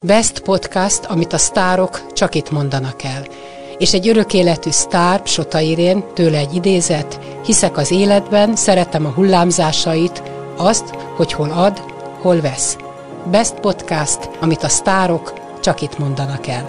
Best Podcast, amit a sztárok csak itt mondanak el. És egy örökéletű sztár, Psota Irén, tőle egy idézet: hiszek az életben, szeretem a hullámzásait, azt, hogy hol ad, hol vesz. Best Podcast, amit a sztárok csak itt mondanak el.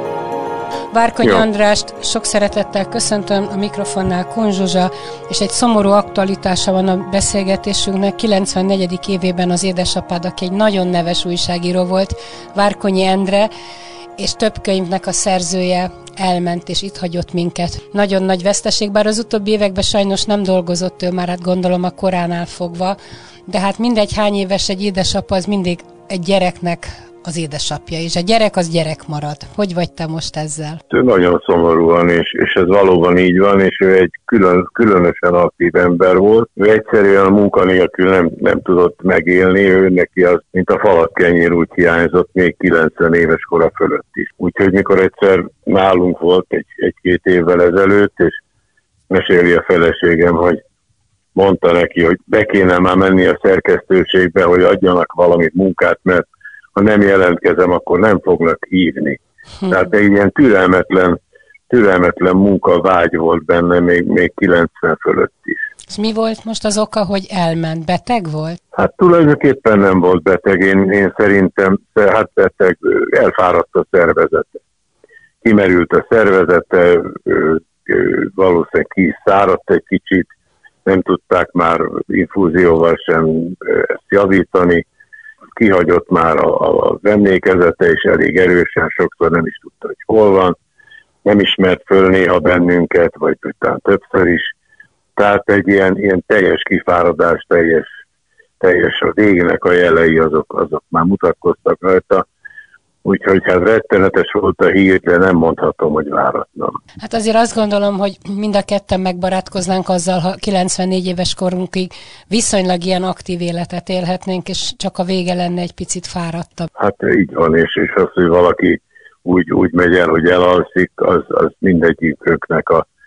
Várkonyi Andrást sok szeretettel köszöntöm, a mikrofonnál Kun Zsuzsa, és egy szomorú aktualitása van a beszélgetésünknek. 94. évében az édesapád, aki egy nagyon neves újságíró volt, Várkonyi Endre, és több könyvnek a szerzője, elment, és itt hagyott minket. Nagyon nagy veszteség, bár az utóbbi években sajnos nem dolgozott ő már, hát gondolom a koránál fogva, de hát mindegy, hány éves egy édesapa, az mindig egy gyereknek az édesapja, és a gyerek az gyerek marad. Hogy vagy te most ezzel? Nagyon szomorúan, és ez valóban így van, és ő egy különösen aktív ember volt. Ő egyszerűen a munkanélkül nem tudott megélni, ő neki az, mint a falatkenyér úgy hiányzott, még 90 éves kora fölött is. Úgyhogy mikor egyszer nálunk volt egy-két évvel ezelőtt, és meséli a feleségem, hogy mondta neki, hogy be kéne már menni a szerkesztőségbe, hogy adjanak valami munkát, mert ha nem jelentkezem, akkor nem fognak hívni. Tehát egy ilyen türelmetlen munkavágy volt benne, még 90 fölött is. És mi volt most az oka, hogy elment? Beteg volt? Hát tulajdonképpen nem volt beteg, én szerintem, hát beteg, elfáradt a szervezete. Kimerült a szervezete, valószínűleg kiszáradt egy kicsit, nem tudták már infúzióval sem ezt javítani, kihagyott már az emlékezete, és elég erősen, sokszor nem is tudta, hogy hol van, nem ismert föl néha bennünket, vagy talán többször is. Tehát egy ilyen teljes kifáradás, teljes a végnek a jelei, azok már mutatkoztak rajta. Úgyhogy hát rettenetes volt a hír, de nem mondhatom, hogy váratlan. Hát azért azt gondolom, hogy mind a ketten megbarátkoznánk azzal, ha 94 éves korunkig viszonylag ilyen aktív életet élhetnénk, és csak a vége lenne egy picit fáradtabb. Hát így van, és az, hogy valaki úgy megy el, hogy elalszik, az mindegyiküknek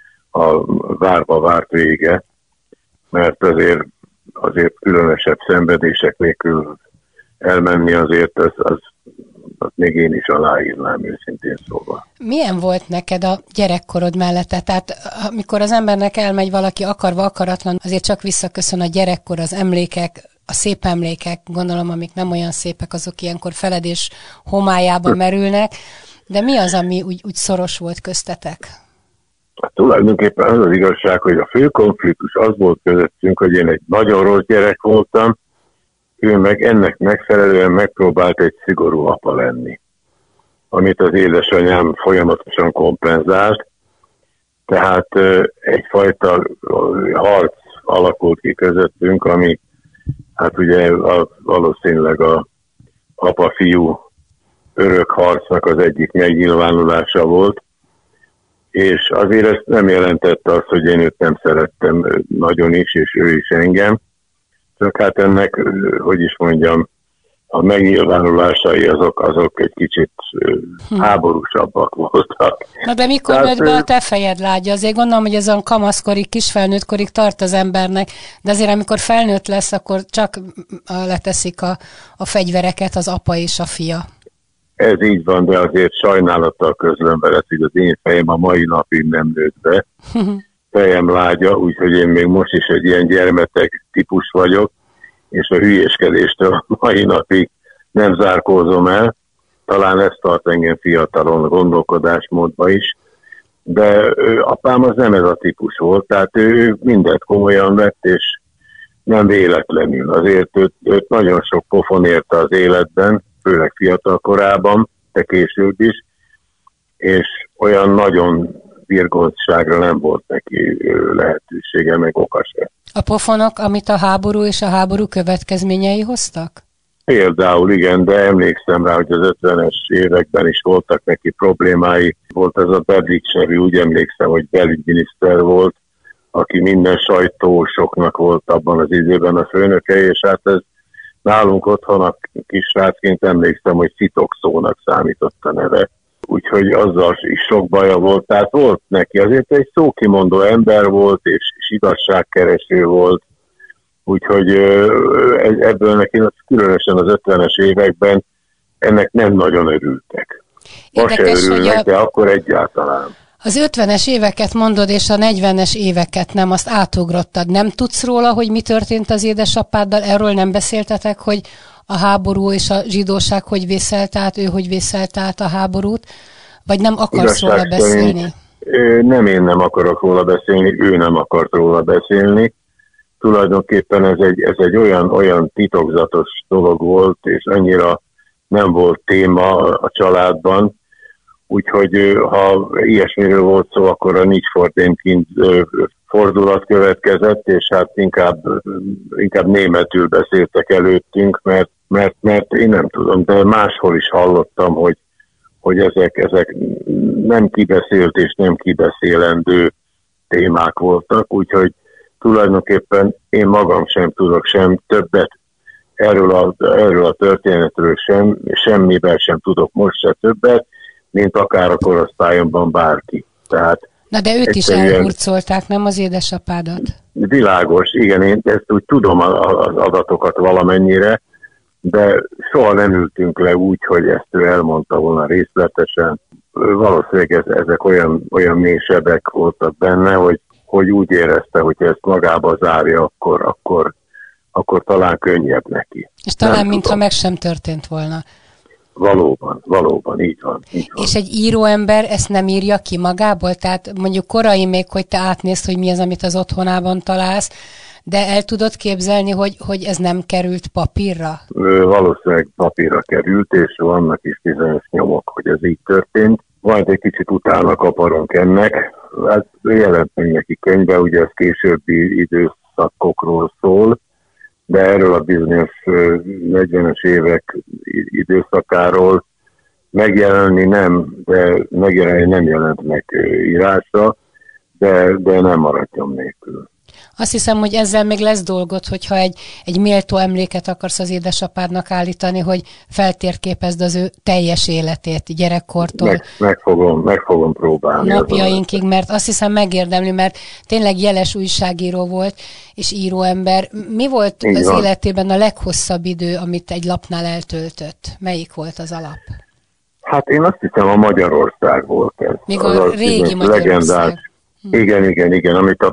a várva várt vége, mert azért különösebb szenvedések nélkül elmenni azért, az még én is aláírnám, őszintén szóval. Milyen volt neked a gyerekkorod mellette? Tehát amikor az embernek elmegy valaki akarva, akaratlan, azért csak visszaköszön a gyerekkor, az emlékek, a szép emlékek, gondolom, amik nem olyan szépek, azok ilyenkor feledés homályába merülnek, de mi az, ami úgy szoros volt köztetek? Hát tulajdonképpen az az igazság, hogy a fő konfliktus az volt közöttünk, hogy én egy nagyon rossz gyerek voltam, ő meg ennek megfelelően megpróbált egy szigorú apa lenni, amit az édesanyám folyamatosan kompenzált. Tehát egyfajta harc alakult ki közöttünk, ami hát ugye valószínűleg a apa-fiú örök harcnak az egyik megnyilvánulása volt, és azért ezt nem jelentette azt, hogy én őt nem szerettem nagyon is, és ő is engem. Csak hát ennek, hogy is mondjam, a megnyilvánulásai azok egy kicsit háborúsabbak voltak. Na de mikor nőtt be a te fejed, lágya? Azért gondolom, hogy ez a kamaszkorig, kisfelnőttkorig tart az embernek, de azért amikor felnőtt lesz, akkor csak leteszik a fegyvereket az apa és a fia. Ez így van, de azért sajnálattal közlöm veled, hogy az én fejem a mai napig nem nőtt be. Fejem lágya, úgyhogy én még most is egy ilyen gyermetek típus vagyok, és a hülyéskedéstől a mai napig nem zárkózom el. Talán ez tart engem fiatalon gondolkodásmódba is, de apám az nem ez a típus volt, tehát ő mindent komolyan vett, és nem véletlenül. Azért őt nagyon sok pofon érte az életben, főleg fiatal korában, de később is, és olyan nagyon virgózságra nem volt neki lehetősége, meg oka se. A pofonok, amit a háború és a háború következményei hoztak? Például igen, de emlékszem rá, hogy az 50-es években is voltak neki problémái. Volt ez a Bedrics nevű, úgy emlékszem, hogy belügyminiszter volt, aki minden sajtósoknak volt abban az időben a főnöke, és hát ez nálunk otthon a kisrácként emlékszem, hogy szitokszónak számított a neve. Úgyhogy azzal is sok baja volt, tehát volt neki. Azért egy szókimondó ember volt, és igazságkereső volt, úgyhogy ebből neki különösen az 50-es években ennek nem nagyon örültek. Most se örülnek, de akkor egyáltalán. Az 50-es éveket mondod, és a 40-es éveket nem, azt átugrottad. Nem tudsz róla, hogy mi történt az édesapáddal? Erről nem beszéltetek, hogy a háború és a zsidóság hogy vészelt át, ő hogy vészelt át a háborút? Vagy nem akarsz róla beszélni? Nem, én nem akarok róla beszélni, ő nem akart róla beszélni. Tulajdonképpen ez egy olyan titokzatos dolog volt, és annyira nem volt téma a családban, úgyhogy ha ilyesmiről volt szó, akkor a Nincs Forténként fordulat következett, és hát inkább németül beszéltek előttünk, mert én nem tudom, de máshol is hallottam, hogy ezek nem kibeszélt és nem kibeszélendő témák voltak, úgyhogy tulajdonképpen én magam sem tudok sem többet erről a történetről semmivel sem tudok most se többet, mint akár a korosztályomban bárki. Tehát na de őt is elhurcolták, nem az édesapádat? Világos, igen, én ezt úgy tudom az adatokat valamennyire, de soha nem ültünk le úgy, hogy ezt ő elmondta volna részletesen. Valószínűleg ezek olyan mélysebek voltak benne, hogy úgy érezte, hogy ezt magába zárja, akkor talán könnyebb neki. És talán mintha meg sem történt volna. Valóban, így van. És egy íróember ezt nem írja ki magából? Tehát mondjuk korai még, hogy te átnézd, hogy mi az, amit az otthonában találsz, de el tudod képzelni, hogy ez nem került papírra? Valószínűleg papírra került, és vannak is bizonyos nyomok, hogy ez így történt. Majd egy kicsit utána kaparunk ennek. Hát jelent meg neki könyvbe, ugye ez későbbi időszakokról szól, de erről a bizonyos 40-es évek időszakáról megjelenni nem jelent meg írásra, de nem maradjon nélkül. Azt hiszem, hogy ezzel még lesz dolgod, hogyha egy méltó emléket akarsz az édesapádnak állítani, hogy feltérképezd az ő teljes életét gyerekkortól. Meg fogom próbálni. Napjainkig, mert azt hiszem megérdemli, mert tényleg jeles újságíró volt, és íróember. Mi volt az életében a leghosszabb idő, amit egy lapnál eltöltött? Melyik volt az alap? Hát én azt hiszem, a Magyarország volt ez. Még a régi Magyarország. Legendás. Igen, amit a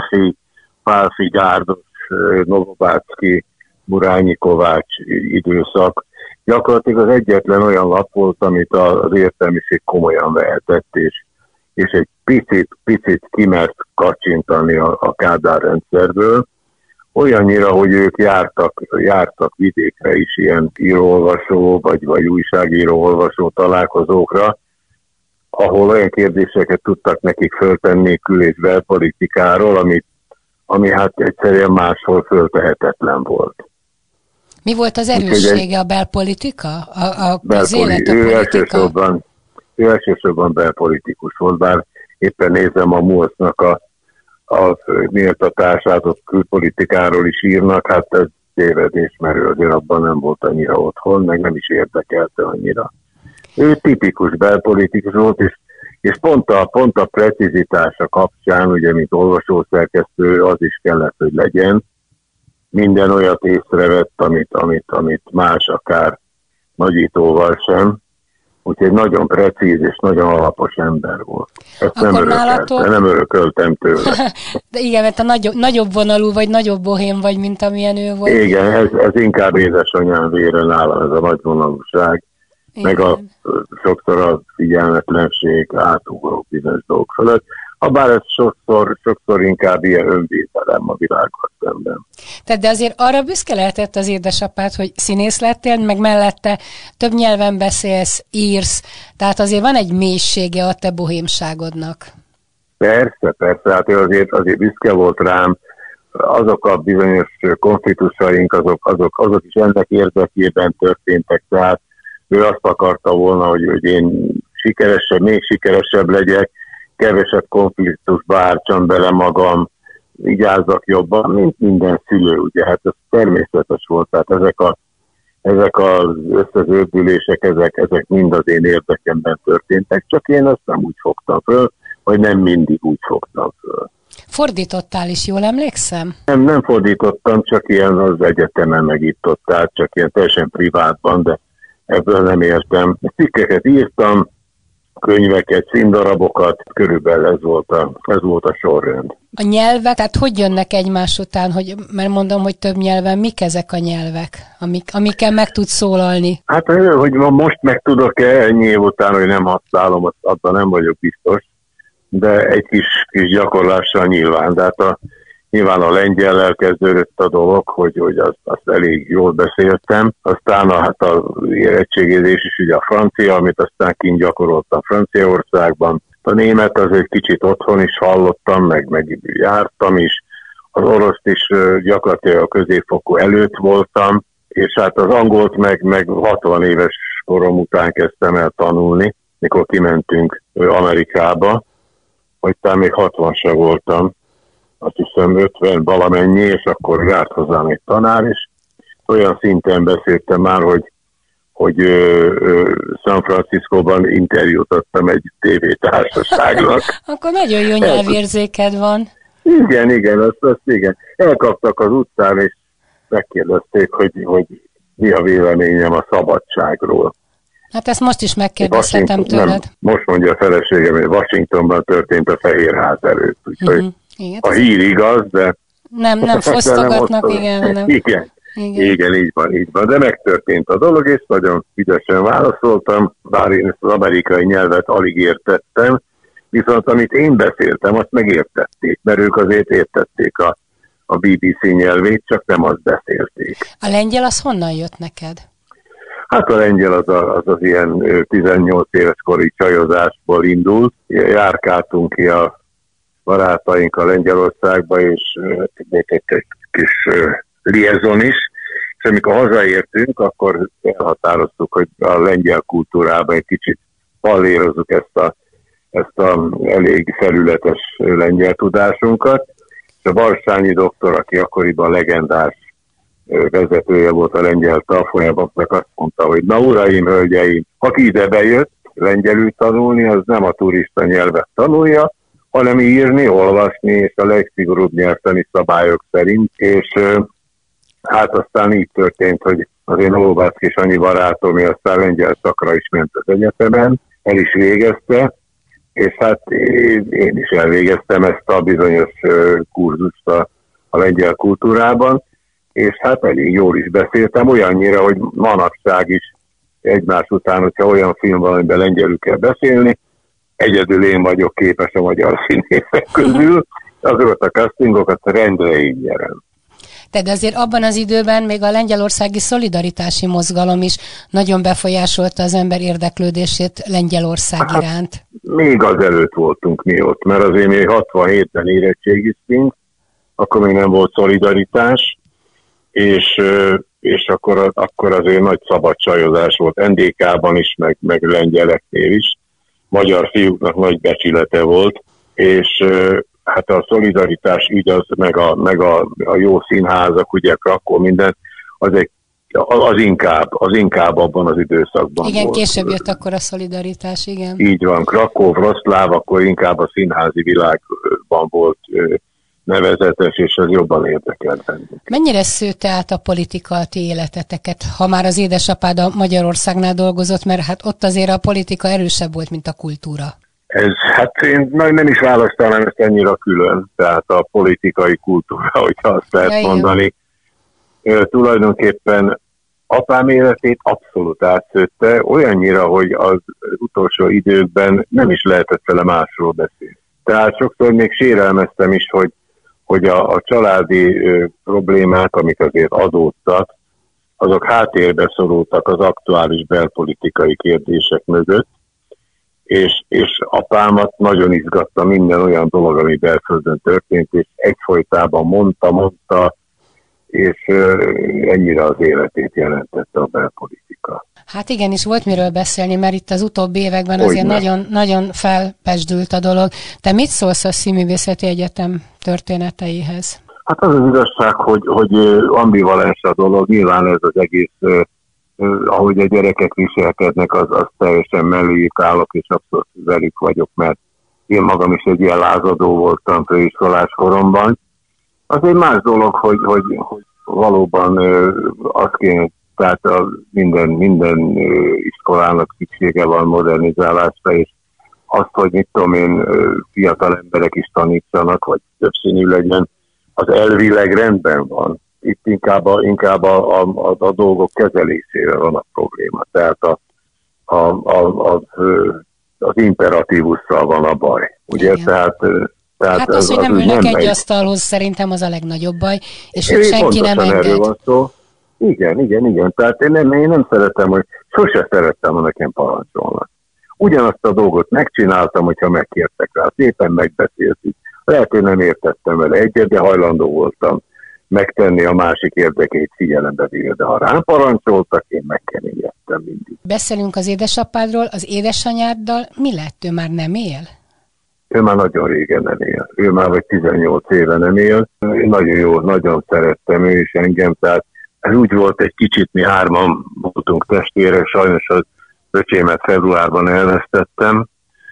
Pálffy Gárdos, Novobácski, Murányi Kovács időszak. Gyakorlatilag az egyetlen olyan lap volt, amit az értelmiség komolyan vehetett, és egy picit kimert kacsintani a Kádár rendszerből. Olyannyira, hogy ők jártak vidékre is ilyen író-olvasó, vagy újságíró-olvasó találkozókra, ahol olyan kérdéseket tudtak nekik föltenni kül- és belpolitikáról, ami hát egyszerűen máshol föltehetetlen volt. Mi volt az erőssége, a belpolitika? A közélet, a politika? Ő elsősorban belpolitikus volt, bár éppen nézem a MUOSZ-nak a méltatását, ott külpolitikáról is írnak, hát ez tévedés, mert ő azért abban nem volt annyira otthon, meg nem is érdekelte annyira. Ő tipikus belpolitikus volt, és pont a precizitása kapcsán, ugye, mint olvasószerkesztő, az is kellett, hogy legyen. Minden olyat észrevett, amit más akár nagyítóval sem. Úgyhogy nagyon precíz és nagyon alapos ember volt. Ezt nem örököltem tőle. De igen, mert a nagyobb vonalú vagy nagyobb bohém vagy, mint amilyen ő volt. Igen, ez inkább édesanyám vére nálam, ez a nagyvonalúság. Meg sokszor a figyelmetlenség, átugró bizonyos dolgok fölött. Habár ez sokszor inkább ilyen önvédelem a világgal szemben. Tehát de azért arra büszke lehetett az édesapád, hogy színész lettél, meg mellette több nyelven beszélsz, írsz, tehát azért van egy mélysége a te bohémságodnak. Persze, hát ő azért büszke volt rám, azok a bizonyos konfliktusaink, azok is ennek érdekében történtek, tehát ő azt akarta volna, hogy én még sikeresebb legyek, kevesebb konfliktusba ártsam bele magam, vigyázzak jobban, mint minden szülő, ugye, hát ez természetes volt, tehát ezek az összeződülések, ezek mind az én érdekemben történtek, csak én ezt nem úgy fogtam föl, vagy nem mindig úgy fogtam föl. Fordítottál is, jól emlékszem? Nem fordítottam, csak ilyen az egyetemen meg itt ott, tehát csak ilyen teljesen privátban, de ebből nem értem. Cikkeket írtam, könyveket, színdarabokat, körülbelül ez volt a sorrend. A nyelvek, tehát hogy jönnek egymás után, mert mondom, hogy több nyelven, mik ezek a nyelvek, amikkel meg tudsz szólalni? Hát, hogy most meg tudok-e ennyi év után, hogy nem használom, abban nem vagyok biztos, de egy kis gyakorlással nyilván. De hát nyilván a lengyellel kezdődött a dolog, hogy azt elég jól beszéltem. Aztán a érettségizés is ugye a francia, amit aztán kint gyakoroltam Franciaországban. A német az egy kicsit otthon is hallottam, meg jártam is. Az oroszt is gyakorlatilag a középfokú előtt voltam, és hát az angolt meg 60 éves korom után kezdtem el tanulni, mikor kimentünk Amerikába, hogy talán még 60-sa voltam. Azt hiszem 50 valamennyi, és akkor járt hozzám egy tanár, és olyan szinten beszéltem már, hogy San Franciscóban interjút adtam egy tévétársaságnak. Akkor nagyon jó nyelvérzéked van. Igen, azt igen. Elkaptak az utcán, és megkérdezték, hogy mi a véleményem a szabadságról. Hát ezt most is megkérdezhetem tőled. Nem, most mondja a feleségem, hogy Washingtonban történt a Fehérház előtt, úgyhogy igen, a hír igaz, de... Nem fosztogatnak, igen. Igen, így van. De megtörtént a dolog, és nagyon ügyesen válaszoltam, bár én ezt az amerikai nyelvet alig értettem, viszont amit én beszéltem, azt megértették, mert ők azért értették a BBC nyelvét, csak nem azt beszélték. A lengyel az honnan jött neked? Hát a lengyel az ilyen 18 éves kori csajozásból indult. Járkáltunk ki a barátaink a Lengyelországba, és volt egy kis liaison is, és amikor hazaértünk, akkor elhatároztuk, hogy a lengyel kultúrában egy kicsit pallérozzuk ezt a elég felületes lengyel tudásunkat. És a Barsányi doktor, aki akkoriban legendás vezetője volt a lengyel tanfolyamoknak, azt mondta, hogy na uraim, hölgyeim, aki ide bejött lengyelül tanulni, az nem a turista nyelvet tanulja, hanem írni, olvasni, és a legszigorúbb nyelvtani szabályok szerint, és hát aztán így történt, hogy az én Olvászki Sanyi barátom, ami aztán lengyel szakra is ment az egyetemen, el is végezte, és hát én is elvégeztem ezt a bizonyos kurzust a lengyel kultúrában, és hát elég jól is beszéltem, olyannyira, hogy manapság is egymás után, hogyha olyan film van, amiben lengyelül kell beszélni, egyedül én vagyok képes a magyar színészek közül, azokat a castingokat rendre ingyen. De azért abban az időben még a lengyelországi szolidaritási mozgalom is nagyon befolyásolta az ember érdeklődését Lengyelország iránt. Még azelőtt voltunk mi ott, mert azért még 67-ben érettségiztünk, akkor még nem volt szolidaritás, és akkor azért nagy szabadcsajozás volt NDK-ban is, meg lengyeleknél is. Magyar fiúknak nagy becsülete volt, és hát a szolidaritás ügy, meg a jó színházak, ugye Krakkó, minden, az inkább abban az időszakban igen, volt. később jött akkor a szolidaritás, igen. Így van, Krakkó, Wroclaw, akkor inkább a színházi világban volt nevezetes, és az jobban érdekelt bennük. Mennyire szőtte át a politika a ti életeteket, ha már az édesapád a Magyarországnál dolgozott, mert hát ott azért a politika erősebb volt, mint a kultúra. Hát én nem is választanám ezt annyira külön, tehát a politikai kultúra, hogyha azt lehet mondani. Tulajdonképpen apám életét abszolút átszőtte, olyannyira, hogy az utolsó időkben nem is lehetett vele másról beszélni. Tehát sokszor még sérelmeztem is, hogy a családi problémák, amik azért adódtak, azok háttérbe szorultak az aktuális belpolitikai kérdések mögött, és apámat nagyon izgatta minden olyan dolog, ami belföldön történt, és egyfolytában mondta, és ennyire az életét jelentette a belpolitika. Hát igen, és volt miről beszélni, mert itt az utóbbi években azért nagyon felpesdült a dolog. Te mit szólsz a Színművészeti Egyetem történeteihez? Hát az az igazság, hogy ambivalens a dolog, nyilván ez az egész, ahogy a gyerekek viselkednek, az teljesen melléjük állok, és abszolút velük vagyok, mert én magam is egy ilyen lázadó voltam főiskolás koromban. Az egy más dolog, hogy valóban azt kéne tehát minden iskolának szüksége van modernizálásra, és azt, hogy mit tudom én, fiatal emberek is tanítsanak, vagy többszínű legyen, az elvileg rendben van. Itt inkább a dolgok kezelésére van a probléma. Tehát az imperatívusszal van a baj. Ugye? Tehát hát az, hogy nem ülnek egy asztalhoz, szerintem az a legnagyobb baj, és hogy senki nem enged. Erről van szó. Igen. Tehát én nem szeretem, hogy sose szerettem, ha nekem parancsolnak. Ugyanazt a dolgot megcsináltam, hogyha megkértek rá. Szépen megbeszéltük. Lehet, hogy nem értettem vele egyet, de hajlandó voltam megtenni a másik érdekét figyelembe véve. De ha rám parancsoltak, én megkeményedtem mindig. Beszélünk az édesapádról, az édesanyáddal mi lett? Ő már nem él? Ő már nagyon régen nem él. Ő már vagy 18 éve nem él. Én nagyon szerettem ő is engem, tehát ez úgy volt egy kicsit, mi hárman voltunk testvérek, sajnos az öcsémet februárban elvesztettem.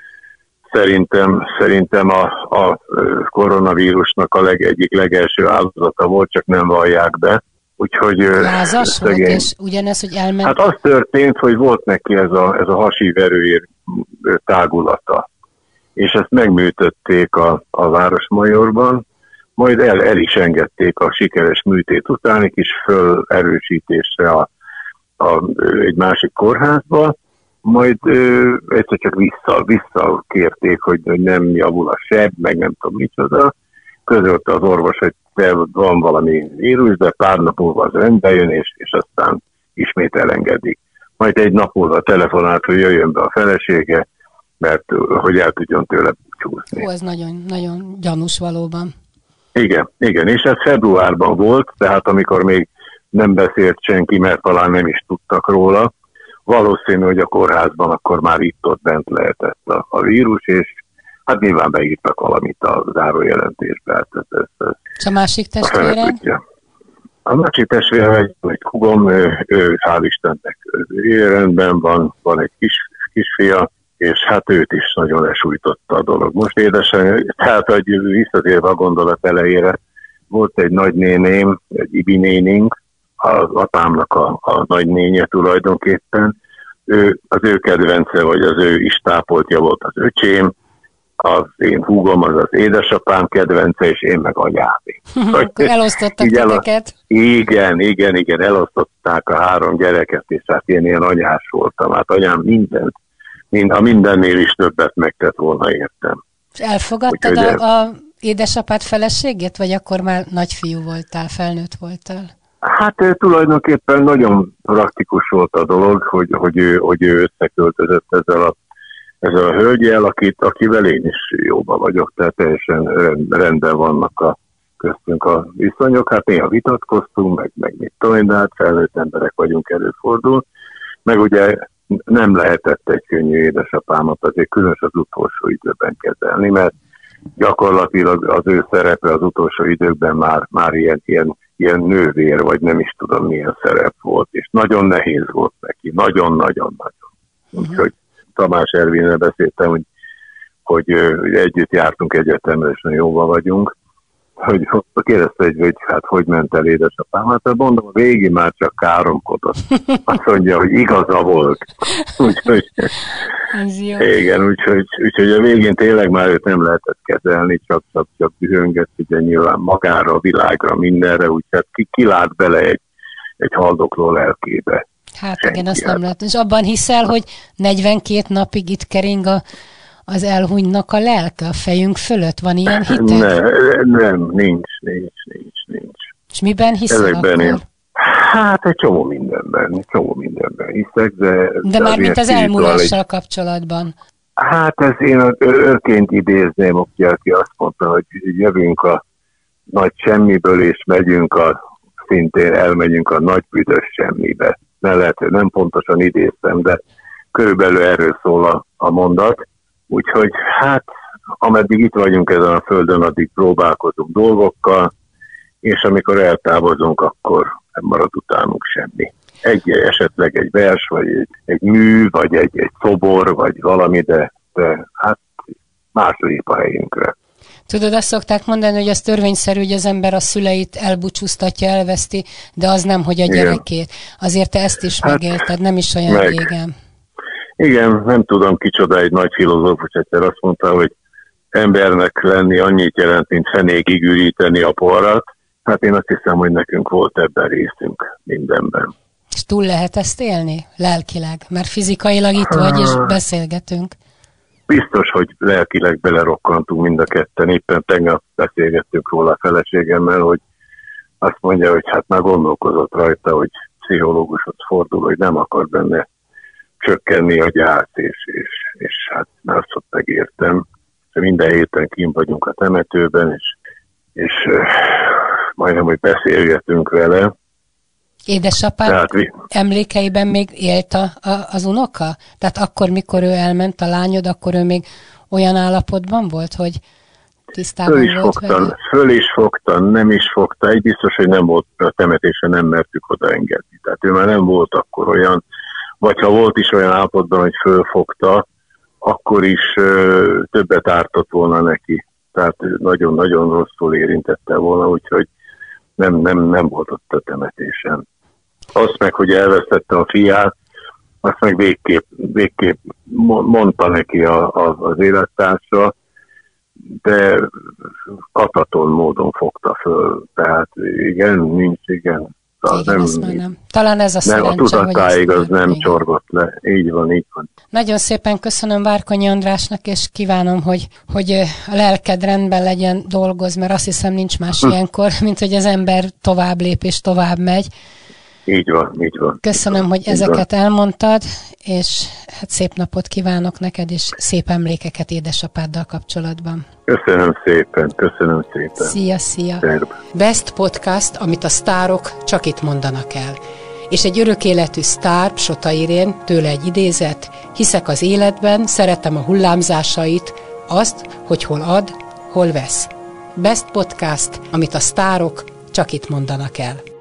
Szerintem a koronavírusnak egyik legelső áldozata volt, csak nem vallják be. Úgyhogy lázas volt, és ugyanez, hogy elment? Hát az történt, hogy volt neki ez a hasi verőér tágulata. És ezt megműtötték a Városmajorban, majd el is engedték a sikeres műtét után egy kis fölerősítésre egy másik kórházba, majd egyszer csak visszakérték, hogy nem javul a seb, meg nem tudom micsoda. Közölte az orvos, hogy van valami vírus, de pár nap múlva az rendbe jön, és aztán ismét elengedik. Majd egy nap múlva telefonált, hogy jöjjön be a felesége, mert hogy el tudjon tőle búcsúzni. Ez nagyon, nagyon gyanús valóban. Igen, és ez februárban volt, tehát amikor még nem beszélt senki, mert talán nem is tudtak róla. Valószínű, hogy a kórházban akkor már itt-ott bent lehetett a vírus, és hát nyilván beírtak valamit a zárójelentésbe. És a másik testvére? A másik testvére egy húgom, ő hál' Istennek rendben van egy kisfia, és hát őt is nagyon lesújtotta a dolog. Most édesen, tehát hogy visszatérve a gondolat elejére, volt egy nagynéném, egy Ibi nénink, az apámnak a nagynénye tulajdonképpen. Az ő kedvence, vagy az ő istápoltja volt az öcsém, az én húgom az édesapám kedvence, és én meg anyámé. Akkor elosztottak titeket? Igen, elosztották a 3 gyereket, és hát én ilyen anyás voltam. Hát anyám ha mindennél is többet megtett volna, értem. És elfogadtad a édesapád feleségét, vagy akkor már nagyfiú voltál, felnőtt voltál? Hát tulajdonképpen nagyon praktikus volt a dolog, hogy ő összeköltözött ezzel a hölgyel, akivel én is jóban vagyok, tehát teljesen rendben vannak köztünk a viszonyok. Hát néha vitatkoztunk, meg mit tudom, de hát felnőtt emberek vagyunk, előfordul. Meg ugye nem lehetett egy könnyű édesapámat azért különös az utolsó időben kezelni, mert gyakorlatilag az ő szerepe az utolsó időkben már ilyen nővér, vagy nem is tudom milyen szerep volt, és nagyon nehéz volt neki, nagyon. Úgyhogy Tamás Ervinnel beszéltem, hogy együtt jártunk egyetemre, és nagyon jóban vagyunk, hogy kérdezte, hogy hát hogy ment el édesapám, hát mondom, a végén már csak káromkodott. Azt mondja, hogy igaza volt. Úgyhogy a végén tényleg már őt nem lehetett kezelni, csak dühöngett, ugye nyilván magára, a világra, mindenre, úgyhogy kilát bele egy haldokló lelkébe. Hát igen, azt nem lehet. És abban hiszel, hogy 42 napig itt kering az elhunytnak a lelke a fejünk fölött? Van ilyen hited? Nem, nincs. És miben hiszel akkor? Hát egy csomó mindenben hiszek, de már mint az elmúlással kapcsolatban. Hát ez én őrként idézném, aki azt mondta, hogy jövünk a nagy semmiből, és szintén elmegyünk a nagy büdös semmibe. Nem pontosan idéztem, de körülbelül erről szól a mondat. Úgyhogy hát, ameddig itt vagyunk ezen a földön, addig próbálkozunk dolgokkal, és amikor eltávozunk, akkor nem marad utánunk semmi. Esetleg egy vers, vagy egy mű, vagy egy szobor, vagy valami, de hát második a helyünkre. Tudod, azt szokták mondani, hogy az törvényszerű, hogy az ember a szüleit elbúcsúztatja, elveszti, de az nem, hogy a gyerekét. Azért te ezt is megélted, nem is olyan régen. Igen, nem tudom kicsoda, egy nagy filozófus egyszer azt mondta, hogy embernek lenni annyit jelent, mint fenékig üríteni a porrat. Hát én azt hiszem, hogy nekünk volt ebben részünk mindenben. És túl lehet ezt élni lelkileg? Mert fizikailag itt vagy, és beszélgetünk. Biztos, hogy lelkileg belerokkantunk mind a ketten. Éppen tegnap beszélgettünk róla a feleségemmel, hogy azt mondja, hogy hát már gondolkozott rajta, hogy pszichológushoz fordul, hogy nem akar benne csökkenni a gyász, és hát már azt megértem. Minden héten kint vagyunk a temetőben, és majdnem, hogy beszélgetünk vele. Édesapád emlékeiben még élt az unoka? Tehát akkor, mikor ő elment, a lányod, akkor ő még olyan állapotban volt, hogy tisztában volt vele? Föl is fogta, nem is fogta. Egy biztos, hogy nem volt a temetésen, nem mertük odaengedni. Tehát ő már nem volt akkor olyan, vagy ha volt is olyan állapotban, hogy fölfogta, akkor is többet ártott volna neki. Tehát nagyon-nagyon rosszul érintette volna, úgyhogy nem volt ott a temetésen. Azt meg, hogy elvesztette a fiát, azt meg végképp mondta neki az élettársa, de kataton módon fogta föl. Tehát igen, nincs, igen. Nem. Talán ez a szerencse, a tudatáig az nem csorgott le. Így van. Nagyon szépen köszönöm Várkonyi Andrásnak, és kívánom, hogy a lelked rendben legyen, dolgoz, mert azt hiszem nincs más ilyenkor, mint hogy az ember tovább lép és tovább megy. Így van. Köszönöm, hogy ezeket elmondtad, és hát szép napot kívánok neked, és szép emlékeket édesapáddal kapcsolatban. Köszönöm szépen. Szia. Best Podcast, amit a sztárok csak itt mondanak el. És egy örökéletű sztár, Psota Irén, tőle egy idézet: hiszek az életben, szeretem a hullámzásait, azt, hogy hol ad, hol vesz. Best Podcast, amit a sztárok csak itt mondanak el.